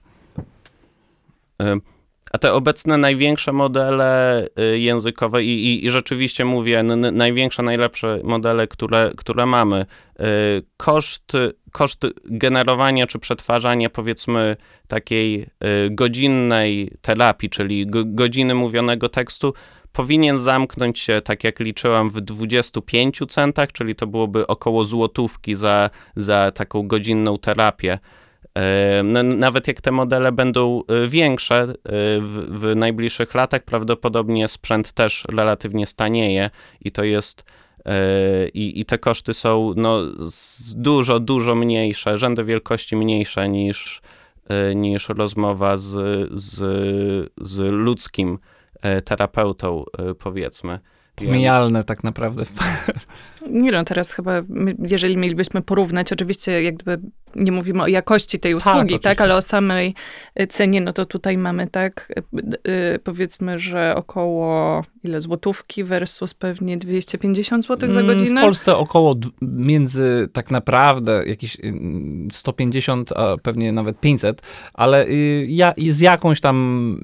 Y A te obecne największe modele językowe i, i, i rzeczywiście mówię, n- największe, najlepsze modele, które, które mamy, koszt, koszt generowania czy przetwarzania powiedzmy takiej godzinnej terapii, czyli go, godziny mówionego tekstu, powinien zamknąć się, tak jak liczyłam, w dwudziestu pięciu centach, czyli to byłoby około złotówki za, za taką godzinną terapię. Nawet jak te modele będą większe w, w najbliższych latach, prawdopodobnie sprzęt też relatywnie stanieje i to jest i, i te koszty są no, dużo, dużo mniejsze, rzędy wielkości mniejsze niż, niż rozmowa z, z, z ludzkim terapeutą, powiedzmy. Mijalne tak naprawdę. Nie no, teraz chyba, jeżeli mielibyśmy porównać, oczywiście jak gdyby nie mówimy o jakości tej usługi, tak, tak, ale o samej cenie, no to tutaj mamy tak, yy, powiedzmy, że około ile złotówki versus pewnie dwieście pięćdziesiąt złotych za godzinę? W Polsce około d- między tak naprawdę jakieś sto pięćdziesiąt, a pewnie nawet pięćset, ale yy, ja, z jakąś tam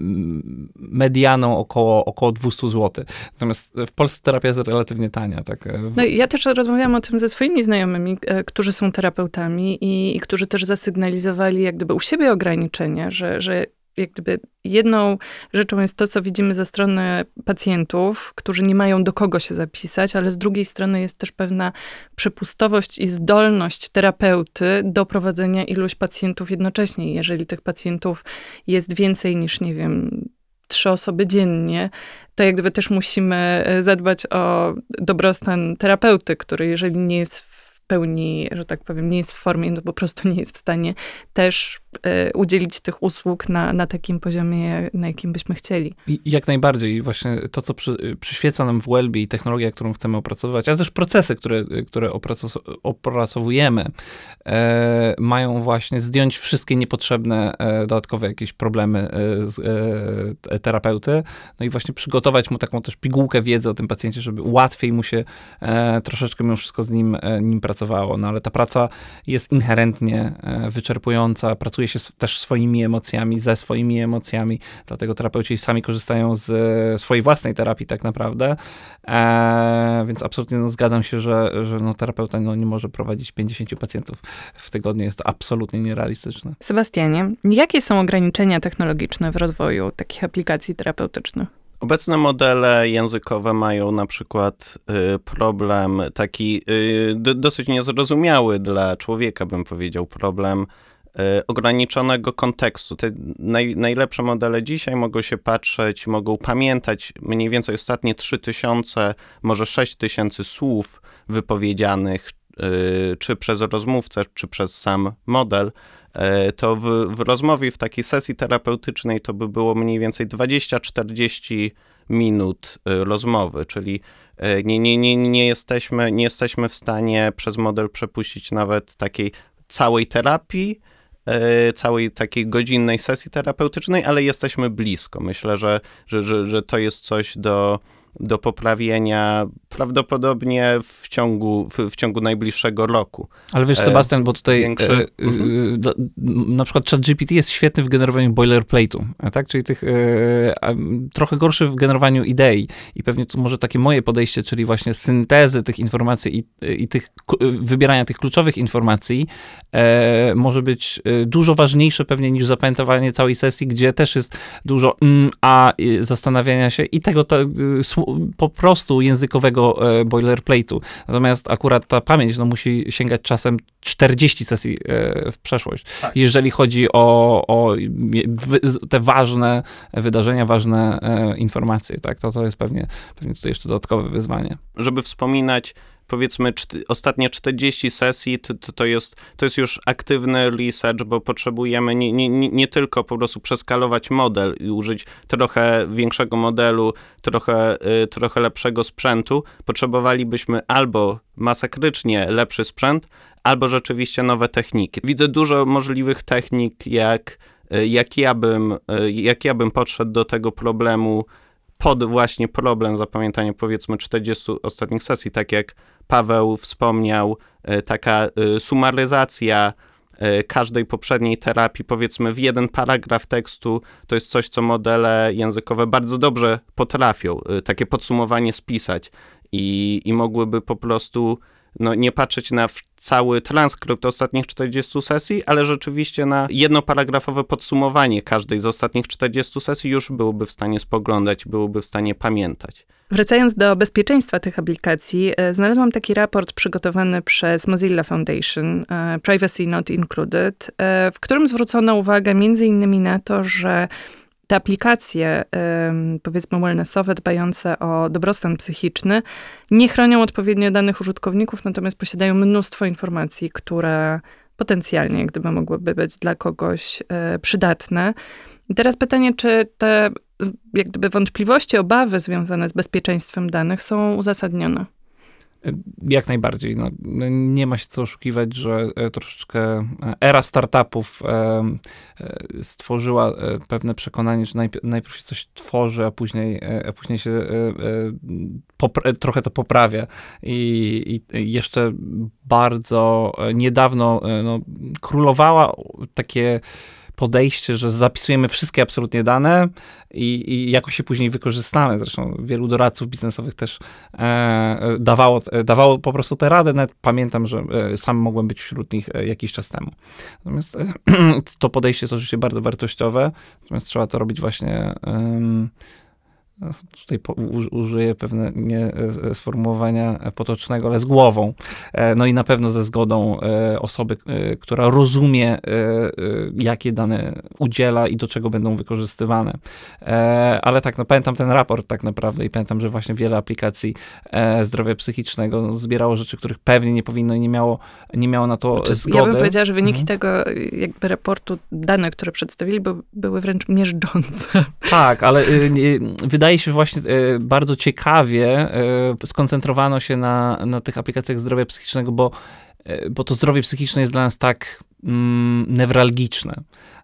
medianą około, około dwieście złotych. Natomiast w Polsce terapia jest relatywnie tania. Tak? No ja też rozmawiałam o tym ze swoimi znajomymi, e, którzy są terapeutami i, i którzy też zasygnalizowali jak gdyby u siebie ograniczenia, że, że jak gdyby jedną rzeczą jest to, co widzimy ze strony pacjentów, którzy nie mają do kogo się zapisać, ale z drugiej strony jest też pewna przepustowość i zdolność terapeuty do prowadzenia iluś pacjentów jednocześnie. Jeżeli tych pacjentów jest więcej niż, nie wiem, trzy osoby dziennie, to jak gdyby też musimy zadbać o dobrostan terapeuty, który jeżeli nie jest w pełni, że tak powiem, nie jest w formie, no po prostu nie jest w stanie też y, udzielić tych usług na, na takim poziomie, na jakim byśmy chcieli. I, jak najbardziej. Właśnie to, co przy, przyświeca nam w Wellbe i technologia, którą chcemy opracować, ale też procesy, które, które opracow- opracowujemy, e, mają właśnie zdjąć wszystkie niepotrzebne e, dodatkowe jakieś problemy e, z e, terapeuty, no i właśnie przygotować mu taką też pigułkę wiedzy o tym pacjencie, żeby łatwiej mu się e, troszeczkę mimo wszystko z nim, e, nim pracowało. No ale ta praca jest inherentnie e, wyczerpująca, pracuje się też swoimi emocjami, ze swoimi emocjami, dlatego terapeuci sami korzystają z e, swojej własnej terapii tak naprawdę, e, więc absolutnie no, zgadzam się, że, że no, terapeuta no, nie może prowadzić pięćdziesięciu pacjentów w tygodniu, jest to absolutnie nierealistyczne. Sebastianie, jakie są ograniczenia technologiczne w rozwoju takich aplikacji terapeutycznych? Obecne modele językowe mają na przykład y, problem taki y, d- dosyć niezrozumiały dla człowieka, bym powiedział, problem y, ograniczonego kontekstu. Te naj, najlepsze modele dzisiaj mogą się patrzeć, mogą pamiętać mniej więcej ostatnie trzy tysiące, może sześć tysięcy słów wypowiedzianych y, czy przez rozmówcę, czy przez sam model. To w, w rozmowie, w takiej sesji terapeutycznej to by było mniej więcej dwadzieścia czterdzieści minut rozmowy, czyli nie, nie, nie, nie, jesteśmy, nie jesteśmy w stanie przez model przepuścić nawet takiej całej terapii, całej takiej godzinnej sesji terapeutycznej, ale jesteśmy blisko. Myślę, że, że, że, że to jest coś do... do poprawienia prawdopodobnie w ciągu, w, w ciągu najbliższego roku. Ale wiesz, Sebastian, bo tutaj Większy... e, e, do, na przykład ChatGPT jest świetny w generowaniu boilerplate'u, tak? Czyli tych e, a, trochę gorszy w generowaniu idei i pewnie to może takie moje podejście, czyli właśnie syntezy tych informacji i, i tych, wybierania tych kluczowych informacji e, może być dużo ważniejsze pewnie niż zapamiętywanie całej sesji, gdzie też jest dużo mm, a zastanawiania się i tego to, po prostu językowego e, boilerplate'u. Natomiast akurat ta pamięć no, musi sięgać czasem czterdzieści sesji e, w przeszłość. Tak. Jeżeli chodzi o, o w, te ważne wydarzenia, ważne e, informacje, tak, to to jest pewnie, pewnie tutaj jeszcze dodatkowe wyzwanie. Żeby wspominać powiedzmy czty, ostatnie czterdzieści sesji, to, to, to, jest, to jest już aktywny research, bo potrzebujemy nie, nie, nie tylko po prostu przeskalować model i użyć trochę większego modelu, trochę, y, trochę lepszego sprzętu. Potrzebowalibyśmy albo masakrycznie lepszy sprzęt, albo rzeczywiście nowe techniki. Widzę dużo możliwych technik, jak, jak, ja, bym, jak ja bym podszedł do tego problemu pod właśnie problem zapamiętania powiedzmy czterdziestu ostatnich sesji, tak jak Paweł wspomniał, taka sumaryzacja każdej poprzedniej terapii, powiedzmy w jeden paragraf tekstu, to jest coś, co modele językowe bardzo dobrze potrafią, takie podsumowanie spisać i, i mogłyby po prostu no, nie patrzeć na cały transkrypt ostatnich czterdziestu sesji, ale rzeczywiście na jednoparagrafowe podsumowanie każdej z ostatnich czterdziestu sesji już byłoby w stanie spoglądać, byłoby w stanie pamiętać. Wracając do bezpieczeństwa tych aplikacji, znalazłam taki raport przygotowany przez Mozilla Foundation, Privacy Not Included, w którym zwrócono uwagę między innymi na to, że te aplikacje, powiedzmy wellnessowe, dbające o dobrostan psychiczny, nie chronią odpowiednio danych użytkowników, natomiast posiadają mnóstwo informacji, które potencjalnie jak gdyby mogłyby być dla kogoś przydatne. I teraz pytanie, czy te jak gdyby wątpliwości, obawy związane z bezpieczeństwem danych są uzasadnione. Jak najbardziej. No, nie ma się co oszukiwać, że troszeczkę era startupów stworzyła pewne przekonanie, że najpierw, najpierw się coś tworzy, a później, a później się popra- trochę to poprawia. I, I jeszcze bardzo niedawno no, królowała takie podejście, że zapisujemy wszystkie absolutnie dane i, i jakoś się później wykorzystamy. Zresztą wielu doradców biznesowych też e, dawało, dawało po prostu te rady. Nawet pamiętam, że e, sam mogłem być wśród nich e, jakiś czas temu. Natomiast e, to podejście jest oczywiście bardzo wartościowe, natomiast trzeba to robić właśnie e, tutaj po, u, użyję pewne nie, sformułowania potocznego, ale z głową. No i na pewno ze zgodą osoby, która rozumie, jakie dane udziela i do czego będą wykorzystywane. Ale tak, no pamiętam ten raport tak naprawdę i pamiętam, że właśnie wiele aplikacji zdrowia psychicznego no, zbierało rzeczy, których pewnie nie powinno i nie miało, nie miało na to znaczy, zgody. Ja bym powiedziała, że wyniki mhm. tego jakby raportu, dane, które przedstawili, by, były wręcz miażdżące. Tak, ale y, y, wydaje się, że właśnie y, bardzo ciekawie y, skoncentrowano się na, na tych aplikacjach zdrowia psychicznego, bo, y, bo to zdrowie psychiczne jest dla nas tak mm, newralgiczne.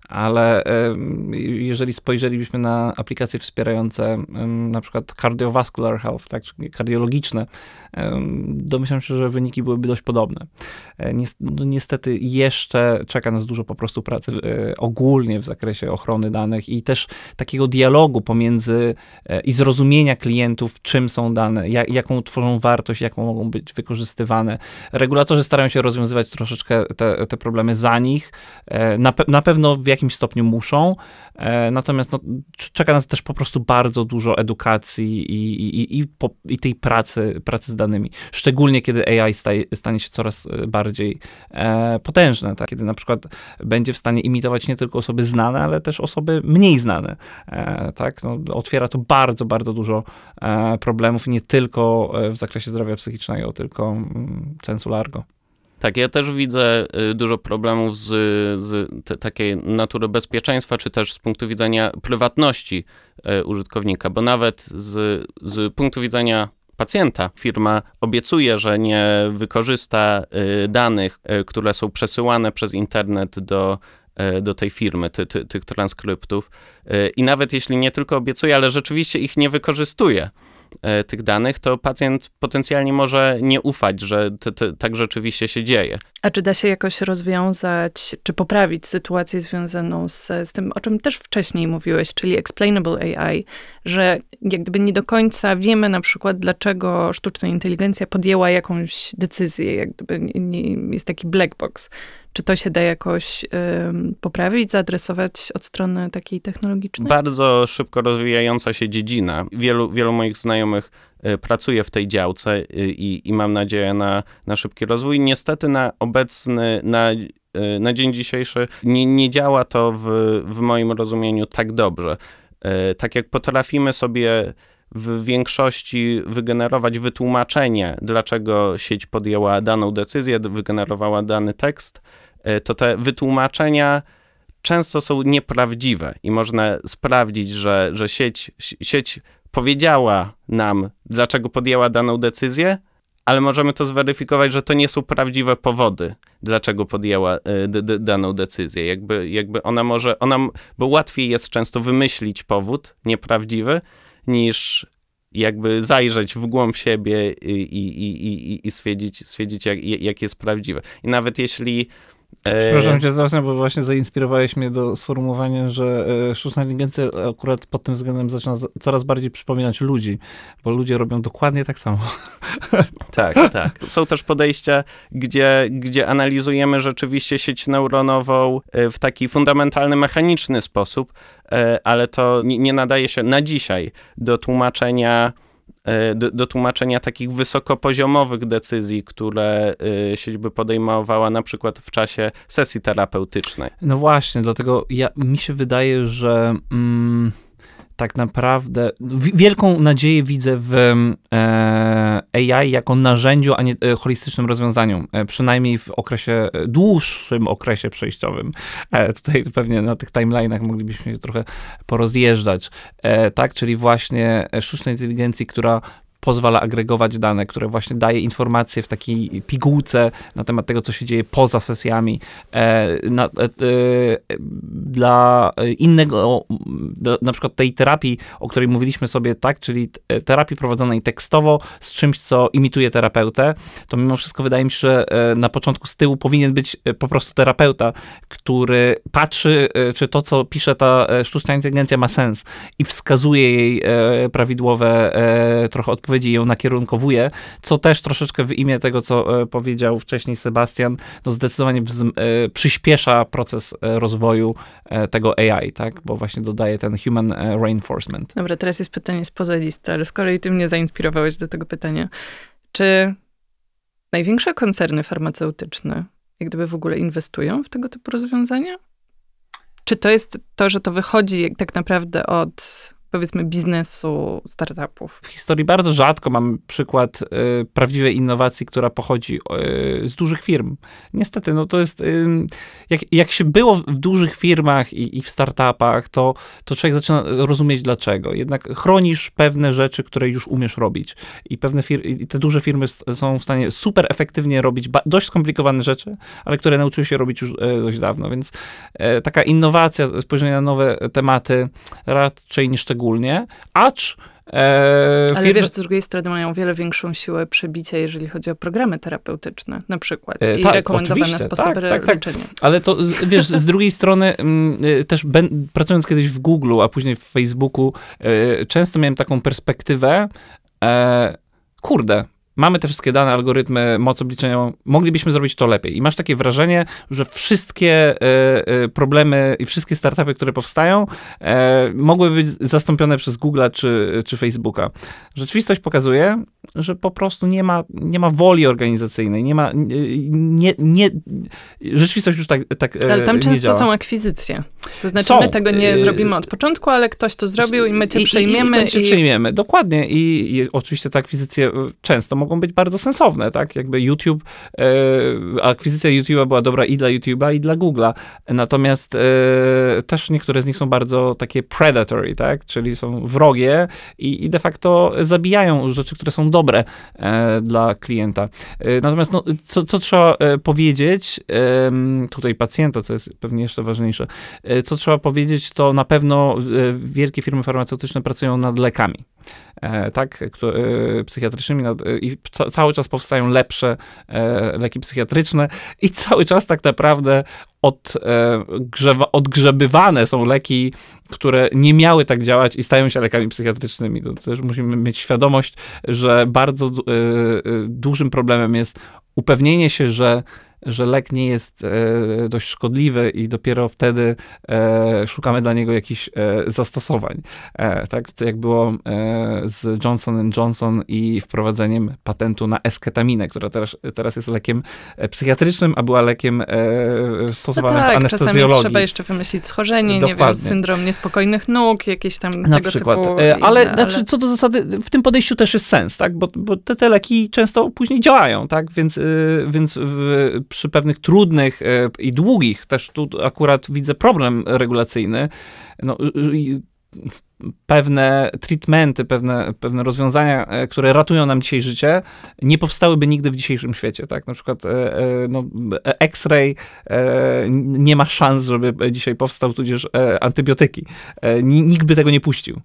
Ale y, jeżeli spojrzelibyśmy na aplikacje wspierające y, na przykład cardiovascular health, tak, czyli kardiologiczne, y, domyślam się, że wyniki byłyby dość podobne. Y, ni- no, niestety jeszcze czeka nas dużo po prostu pracy y, ogólnie w zakresie ochrony danych i też takiego dialogu pomiędzy y, i zrozumienia klientów, czym są dane, jak, jaką tworzą wartość, jaką mogą być wykorzystywane. Regulatorzy starają się rozwiązywać troszeczkę te, te problemy za nich. Y, na, pe- na pewno w jakimś stopniu muszą, e, natomiast no, czeka nas też po prostu bardzo dużo edukacji i, i, i, po, i tej pracy, pracy z danymi. Szczególnie kiedy A I staje, stanie się coraz bardziej e, potężne, tak? Kiedy na przykład będzie w stanie imitować nie tylko osoby znane, ale też osoby mniej znane. E, tak? No, otwiera to bardzo, bardzo dużo e, problemów, nie tylko w zakresie zdrowia psychicznego, tylko mm, sensu largo. Tak, ja też widzę dużo problemów z, z te, takiej natury bezpieczeństwa, czy też z punktu widzenia prywatności użytkownika, bo nawet z, z punktu widzenia pacjenta firma obiecuje, że nie wykorzysta danych, które są przesyłane przez internet do, do tej firmy, ty, ty, tych transkryptów. I nawet jeśli nie tylko obiecuje, ale rzeczywiście ich nie wykorzystuje, tych danych, to pacjent potencjalnie może nie ufać, że te, te, tak rzeczywiście się dzieje. A czy da się jakoś rozwiązać, czy poprawić sytuację związaną z, z tym, o czym też wcześniej mówiłeś, czyli explainable A I, że jak gdyby nie do końca wiemy na przykład, dlaczego sztuczna inteligencja podjęła jakąś decyzję, jak gdyby nie, nie, jest taki black box. Czy to się da jakoś um, poprawić, zaadresować od strony takiej technologicznej? Bardzo szybko rozwijająca się dziedzina. Wielu, wielu moich znajomych y, pracuje w tej działce y, i, i mam nadzieję na, na szybki rozwój. Niestety na obecny, na, y, na dzień dzisiejszy nie, nie działa to w, w moim rozumieniu tak dobrze. Y, tak jak potrafimy sobie w większości wygenerować wytłumaczenie, dlaczego sieć podjęła daną decyzję, wygenerowała dany tekst, to te wytłumaczenia często są nieprawdziwe i można sprawdzić, że, że sieć, sieć powiedziała nam, dlaczego podjęła daną decyzję, ale możemy to zweryfikować, że to nie są prawdziwe powody, dlaczego podjęła d- d- daną decyzję. Jakby, jakby ona może, ona, bo łatwiej jest często wymyślić powód nieprawdziwy, niż jakby zajrzeć w głąb siebie i, i, i, i, i stwierdzić, stwierdzić jak, jak jest prawdziwe. I nawet jeśli Przepraszam cię za bo właśnie zainspirowałeś mnie do sformułowania, że sztuczna inteligencja akurat pod tym względem zaczyna coraz bardziej przypominać ludzi, bo ludzie robią dokładnie tak samo. Tak, tak. Są też podejścia, gdzie, gdzie analizujemy rzeczywiście sieć neuronową w taki fundamentalny, mechaniczny sposób, ale to nie, nie nadaje się na dzisiaj do tłumaczenia Do, do tłumaczenia takich wysokopoziomowych decyzji, które y, sieć by podejmowała na przykład w czasie sesji terapeutycznej. No właśnie, dlatego ja, mi się wydaje, że mm, tak naprawdę wielką nadzieję widzę w e, A I jako narzędziu, a nie e, holistycznym rozwiązaniu. E, przynajmniej w okresie, dłuższym okresie przejściowym. E, tutaj pewnie na tych timeline'ach moglibyśmy się trochę porozjeżdżać. E, tak, czyli właśnie sztucznej inteligencji, która pozwala agregować dane, które właśnie daje informacje w takiej pigułce na temat tego, co się dzieje poza sesjami. E, na, e, dla innego, do, na przykład tej terapii, o której mówiliśmy sobie, tak, czyli terapii prowadzonej tekstowo z czymś, co imituje terapeutę, to mimo wszystko wydaje mi się, że na początku z tyłu powinien być po prostu terapeuta, który patrzy, czy to, co pisze ta sztuczna inteligencja ma sens i wskazuje jej prawidłowe trochę odpowiedzi, ją nakierunkowuje, co też troszeczkę w imię tego, co e, powiedział wcześniej Sebastian, no zdecydowanie wz, e, przyspiesza proces e, rozwoju e, tego A I, tak? Bo właśnie dodaje ten human e, reinforcement. Dobra, teraz jest pytanie spoza listy, ale z kolei ty mnie zainspirowałeś do tego pytania. Czy największe koncerny farmaceutyczne jak gdyby w ogóle inwestują w tego typu rozwiązania? Czy to jest to, że to wychodzi tak naprawdę od, powiedzmy, biznesu startupów? W historii bardzo rzadko mamy przykład y, prawdziwej innowacji, która pochodzi y, z dużych firm. Niestety, no to jest, y, jak, jak się było w dużych firmach i, i w startupach, to, to człowiek zaczyna rozumieć dlaczego. Jednak chronisz pewne rzeczy, które już umiesz robić. I pewne fir- i te duże firmy są w stanie super efektywnie robić ba- dość skomplikowane rzeczy, ale które nauczyły się robić już y, dość dawno. Więc y, taka innowacja, spojrzenie na nowe tematy raczej nieszczególnie. Acz e, Ale firmy... wiesz, z drugiej strony mają wiele większą siłę przebicia, jeżeli chodzi o programy terapeutyczne, na przykład, e, i tak, rekomendowane sposoby tak, tak, tak. leczenia. Ale to, wiesz, z drugiej strony m, też ben, pracując kiedyś w Google, a później w Facebooku, e, często miałem taką perspektywę, e, kurde, mamy te wszystkie dane, algorytmy, moc obliczeniową, moglibyśmy zrobić to lepiej. I masz takie wrażenie, że wszystkie y, y, problemy i wszystkie startupy, które powstają, y, mogły być zastąpione przez Google'a czy, czy Facebooka. Rzeczywistość pokazuje, że po prostu nie ma, nie ma woli organizacyjnej, nie ma, nie, nie, rzeczywistość już tak, tak Ale tam nie często działa. są akwizycje. To znaczy, Są. my tego nie zrobimy od początku, ale ktoś to zrobił i my cię I, przejmiemy. I, i, i cię i... przejmiemy, dokładnie. I, I oczywiście te akwizycje często mogą być bardzo sensowne, tak? Jakby YouTube, e, akwizycja YouTube'a była dobra i dla YouTube'a, i dla Google'a. Natomiast e, też niektóre z nich są bardzo takie predatory, tak? Czyli są wrogie i, i de facto zabijają rzeczy, które są dobre e, dla klienta. E, natomiast no, co, co trzeba e, powiedzieć, e, tutaj pacjenta, co jest pewnie jeszcze ważniejsze, e, co trzeba powiedzieć, to na pewno e, wielkie firmy farmaceutyczne pracują nad lekami. E, tak, które, e, psychiatrycznymi nad, e, i ca, cały czas powstają lepsze e, leki psychiatryczne i cały czas tak naprawdę od, e, grzewa, odgrzebywane są leki, które nie miały tak działać i stają się lekami psychiatrycznymi. To też musimy mieć świadomość, że bardzo e, dużym problemem jest upewnienie się, że że lek nie jest e, dość szkodliwy i dopiero wtedy e, szukamy dla niego jakichś e, zastosowań. E, tak, to jak było e, z Johnson and Johnson i wprowadzeniem patentu na esketaminę, która teraz, teraz jest lekiem psychiatrycznym, a była lekiem e, stosowanym no tak, w anestezjologii. Czasami trzeba jeszcze wymyślić schorzenie, Dokładnie. nie wiem, syndrom niespokojnych nóg, jakieś tam na tego przykład. typu... E, ale, inne, znaczy, ale co do zasady, w tym podejściu też jest sens, tak, bo, bo te, te leki często później działają, tak, więc, y, więc w, przy pewnych trudnych y, i długich, też tu akurat widzę problem regulacyjny, no, y, pewne treatmenty, pewne, pewne rozwiązania, które ratują nam dzisiaj życie, nie powstałyby nigdy w dzisiejszym świecie, tak? Na przykład no, X-ray nie ma szans, żeby dzisiaj powstał, tudzież antybiotyki. Nikt by tego nie puścił.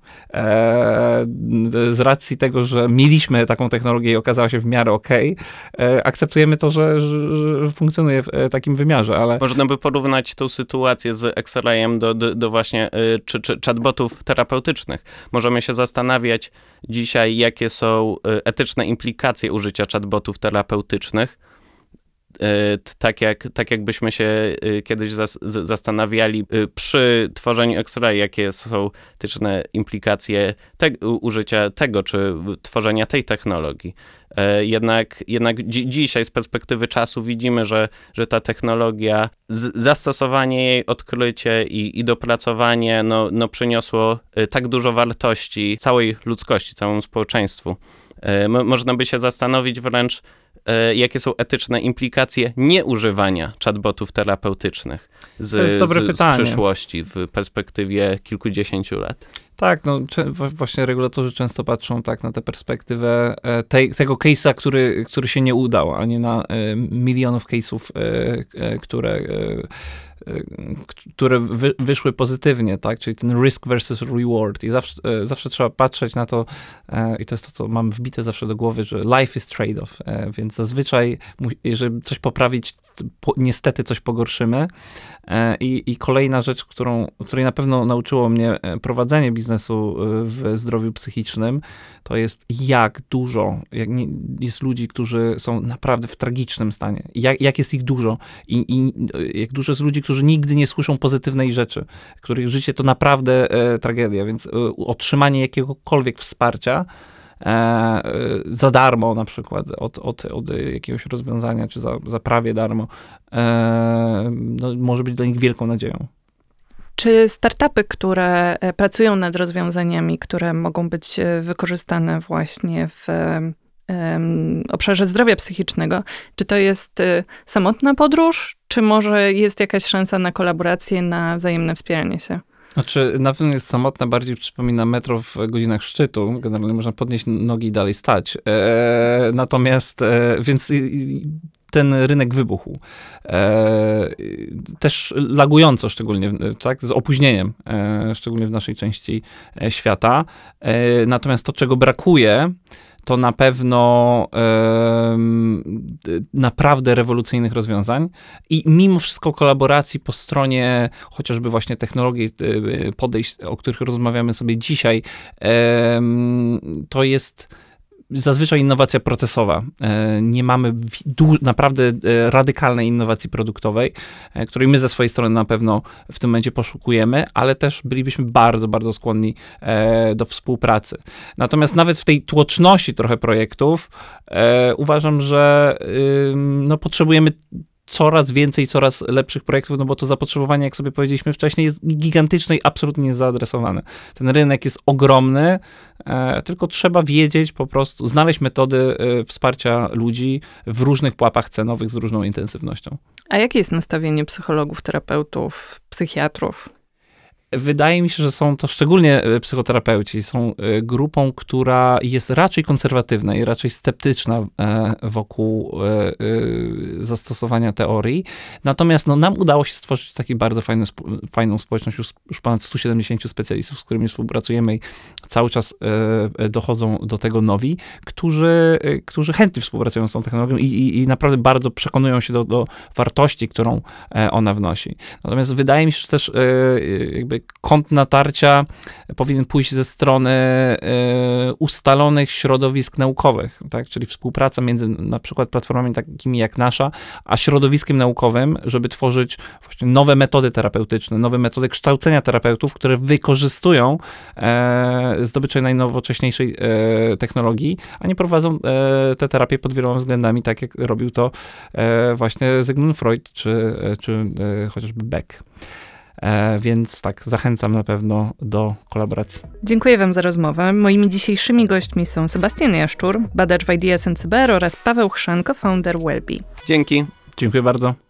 Z racji tego, że mieliśmy taką technologię i okazała się w miarę okej, okay, akceptujemy to, że, że, że funkcjonuje w takim wymiarze, ale... Można by porównać tą sytuację z X-rayem do, do, do właśnie czy, czy chatbotów terapeutycznych. Możemy się zastanawiać dzisiaj, jakie są etyczne implikacje użycia chatbotów terapeutycznych. tak, jak, tak jakbyśmy się kiedyś zas, zastanawiali przy tworzeniu X-ray, jakie są etyczne implikacje te, użycia tego, czy tworzenia tej technologii. Jednak, jednak dzi- dzisiaj z perspektywy czasu widzimy, że, że ta technologia, z, zastosowanie jej, odkrycie i, i dopracowanie no, no przyniosło tak dużo wartości całej ludzkości, całemu społeczeństwu. Mo- można by się zastanowić wręcz, jakie są etyczne implikacje nieużywania chatbotów terapeutycznych z, to jest dobre z, pytanie. z przyszłości w perspektywie kilkudziesięciu lat. Tak, no właśnie regulatorzy często patrzą tak na tę perspektywę tej, tego case'a, który, który się nie udał, a nie na e, milionów case'ów, e, które, e, które wy, wyszły pozytywnie, tak? Czyli ten risk versus reward. I zawsze, e, zawsze trzeba patrzeć na to, e, i to jest to, co mam wbite zawsze do głowy, że life is trade-off, e, więc zazwyczaj, jeżeli coś poprawić, po, niestety coś pogorszymy. E, i, I kolejna rzecz, którą, której na pewno nauczyło mnie prowadzenie biznesu, biznesu w zdrowiu psychicznym, to jest jak dużo jak nie, jest ludzi, którzy są naprawdę w tragicznym stanie. Jak, jak jest ich dużo i, i jak dużo jest ludzi, którzy nigdy nie słyszą pozytywnej rzeczy, których życie to naprawdę e, tragedia, więc e, otrzymanie jakiegokolwiek wsparcia e, za darmo na przykład od, od, od jakiegoś rozwiązania, czy za, za prawie darmo, e, no, może być dla nich wielką nadzieją. Czy startupy, które pracują nad rozwiązaniami, które mogą być wykorzystane właśnie w um, obszarze zdrowia psychicznego, czy to jest samotna podróż, czy może jest jakaś szansa na kolaborację, na wzajemne wspieranie się? Znaczy, na pewno jest samotna, bardziej przypomina metro w godzinach szczytu. Generalnie można podnieść nogi i dalej stać. E, natomiast, e, więc ten rynek wybuchł. E, też lagująco szczególnie, tak, z opóźnieniem, e, szczególnie w naszej części świata. E, natomiast to, czego brakuje, to na pewno e, naprawdę rewolucyjnych rozwiązań i mimo wszystko kolaboracji po stronie chociażby właśnie technologii, podejść, o których rozmawiamy sobie dzisiaj, e, to jest zazwyczaj innowacja procesowa. Nie mamy du- naprawdę radykalnej innowacji produktowej, której my ze swojej strony na pewno w tym momencie poszukujemy, ale też bylibyśmy bardzo, bardzo skłonni do współpracy. Natomiast nawet w tej tłoczności trochę projektów uważam, że no, potrzebujemy coraz więcej, coraz lepszych projektów, no bo to zapotrzebowanie, jak sobie powiedzieliśmy wcześniej, jest gigantyczne i absolutnie niezaadresowane. Ten rynek jest ogromny, e, tylko trzeba wiedzieć po prostu, znaleźć metody e, wsparcia ludzi w różnych pułapach cenowych z różną intensywnością. A jakie jest nastawienie psychologów, terapeutów, psychiatrów? Wydaje mi się, że są to szczególnie psychoterapeuci, są grupą, która jest raczej konserwatywna i raczej sceptyczna wokół zastosowania teorii. Natomiast no, nam udało się stworzyć taki bardzo fajny, fajną społeczność, już, już ponad stu siedemdziesięciu specjalistów, z którymi współpracujemy i cały czas dochodzą do tego nowi, którzy, którzy chętnie współpracują z tą technologią i, i, i naprawdę bardzo przekonują się do, do wartości, którą ona wnosi. Natomiast wydaje mi się, że też jakby kąt natarcia powinien pójść ze strony y, ustalonych środowisk naukowych, tak? Czyli współpraca między na przykład platformami takimi jak nasza, a środowiskiem naukowym, żeby tworzyć właśnie nowe metody terapeutyczne, nowe metody kształcenia terapeutów, które wykorzystują e, zdobycze najnowocześniejszej e, technologii, a nie prowadzą e, te terapie pod wieloma względami, tak jak robił to e, właśnie Sigmund Freud, czy, czy e, chociażby Beck. E, więc tak, zachęcam na pewno do kolaboracji. Dziękuję wam za rozmowę. Moimi dzisiejszymi gośćmi są Sebastian Jaszczur, badacz w I D S N C B R oraz Paweł Chrzan, co-founder Wellbe. Dzięki. Dziękuję bardzo.